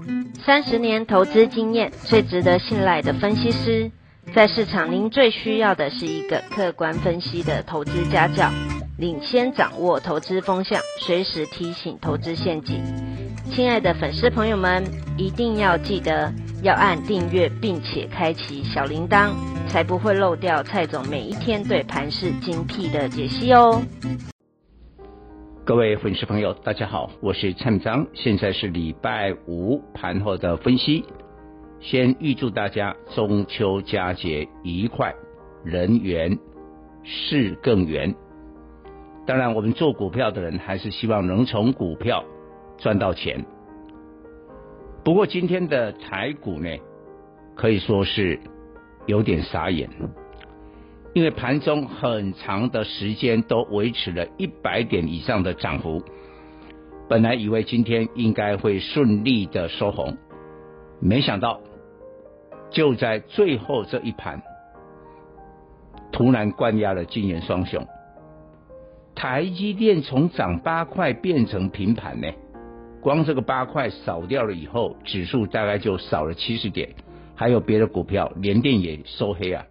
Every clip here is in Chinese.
30年投资经验，最值得信赖的分析师。在市场，您最需要的是一个客观分析的投资家教，领先掌握投资风向，随时提醒投资陷阱。亲爱的粉丝朋友们，一定要记得要按订阅，并且开启小铃铛，才不会漏掉蔡总每一天对盘势精辟的解析哦。 各位粉丝朋友，大家好，我是蔡明彰，现在是礼拜五盘后的分析。先预祝大家中秋佳节愉快，人圆事更圆。当然，我们做股票的人还是希望能从股票赚到钱。不过今天的台股呢，可以说是有点傻眼，因为盘中很长的时间都维持了100点以上的涨幅，本来以为今天应该会顺利的收红，没想到就在最后这一盘突然灌压了金元双雄，台积电从涨8块变成平盘呢，光这个8块少掉了以后，指数大概就少了70点，还有别的股票联电也收黑啊。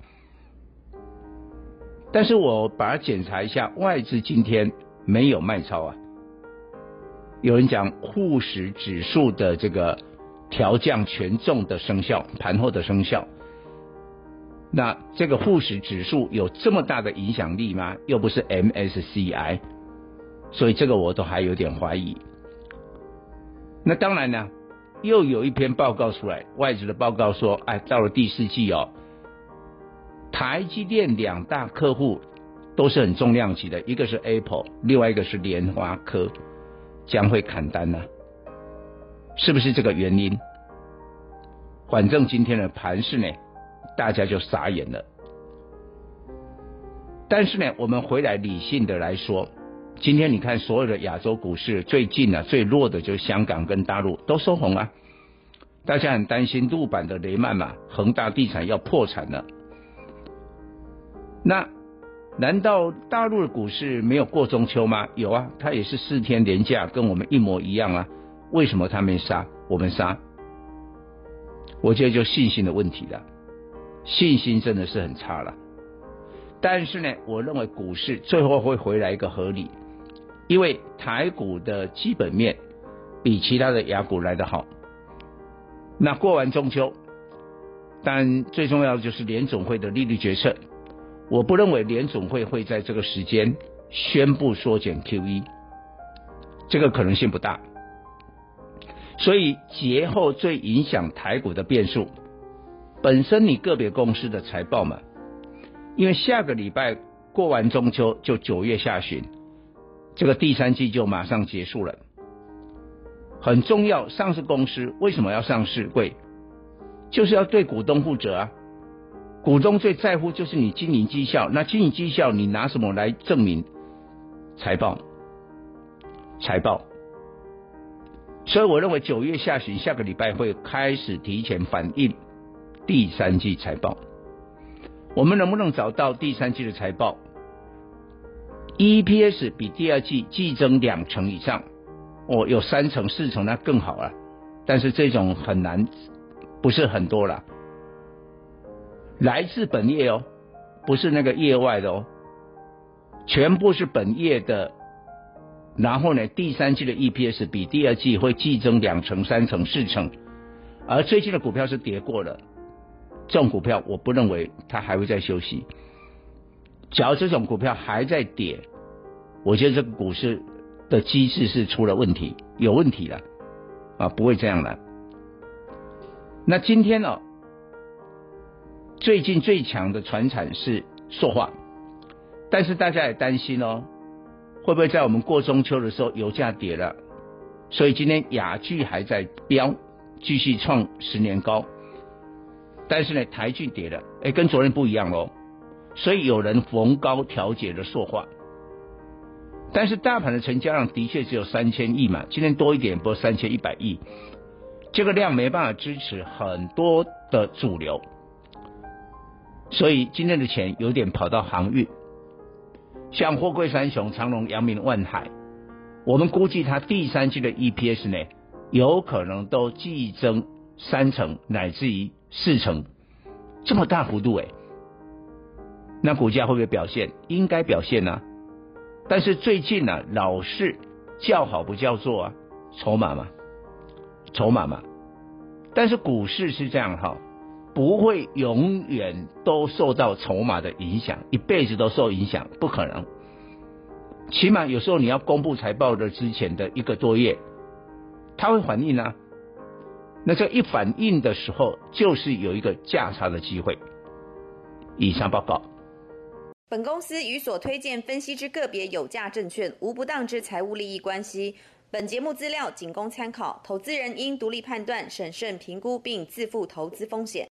但是我把它检查一下，外资今天没有卖超啊。有人讲沪时指数的这个调降权重的生效，盘后的生效，那这个沪时指数有这么大的影响力吗？又不是 MSCI， 所以这个我都还有点怀疑。那当然呢，又有一篇报告出来，外资的报告说，到了第4季哦，台积电2大客户都是很重量级的，一个是 Apple， 另外一个是联发科，将会砍单呢，是不是这个原因？反正今天的盘势呢，大家就傻眼了。但是呢，我们回来理性的来说，今天你看所有的亚洲股市最近最弱的就是香港跟大陆都收红啊，大家很担心陆版的雷曼嘛，恒大地产要破产了。那难道大陆的股市没有过中秋吗？有啊，它也是4天连假，跟我们一模一样啊。为什么它没杀，我们杀？我觉得就信心的问题了，信心真的是很差了。但是呢，我认为股市最后会回来一个合理，因为台股的基本面比其他的亚股来得好。那过完中秋，但最重要的就是联总会的利率决策。我不认为联总会会在这个时间宣布缩减 QE， 这个可能性不大。所以节后最影响台股的变数，本身你个别公司的财报嘛，因为下个礼拜过完中秋就9月下旬，这个第3季就马上结束了。很重要，上市公司为什么要上市柜？就是要对股东负责啊。股东最在乎就是你经营绩效，那经营绩效你拿什么来证明？财报。所以我认为9月下旬下个礼拜会开始提前反映第3季财报。我们能不能找到第3季的财报 EPS 比第2季季增2成以上，有3成4成那更好了，但是这种很难，不是很多了。来自本业哦，不是那个业外的哦，全部是本业的。然后呢，第3季的 EPS 比第2季会季增2成、3成、4成，而最近的股票是跌过了，这种股票我不认为它还会再休息。假如这种股票还在跌，我觉得这个股市的机制是出了问题，有问题了啊，不会这样了。那今天最近最强的传产是塑化，但是大家也担心会不会在我们过中秋的时候油价跌了，所以今天亚聚还在飙，继续创10年高，但是呢台聚跌了，跟昨天不一样咯，所以有人逢高调节了塑化。但是大盘的成交量的确只有3000亿嘛，今天多一点，不过3100亿，这个量没办法支持很多的主流，所以今天的钱有点跑到航运，像货柜三雄长荣、阳明、万海，我们估计它第3季的 EPS 呢有可能都季增3成乃至于4成，这么大幅度那股价会不会表现？应该表现啊。但是最近老是叫好不叫座筹码嘛。但是股市是这样不会永远都受到筹码的影响，一辈子都受影响，不可能。起码有时候你要公布财报的之前的1个多月，它会反应那这一反应的时候，就是有一个价差的机会。以上报告。 本公司与所推荐分析之个别有价证券无不当之财务利益关系。本节目资料仅供参考，投资人应独立判断、审慎评估并自负投资风险。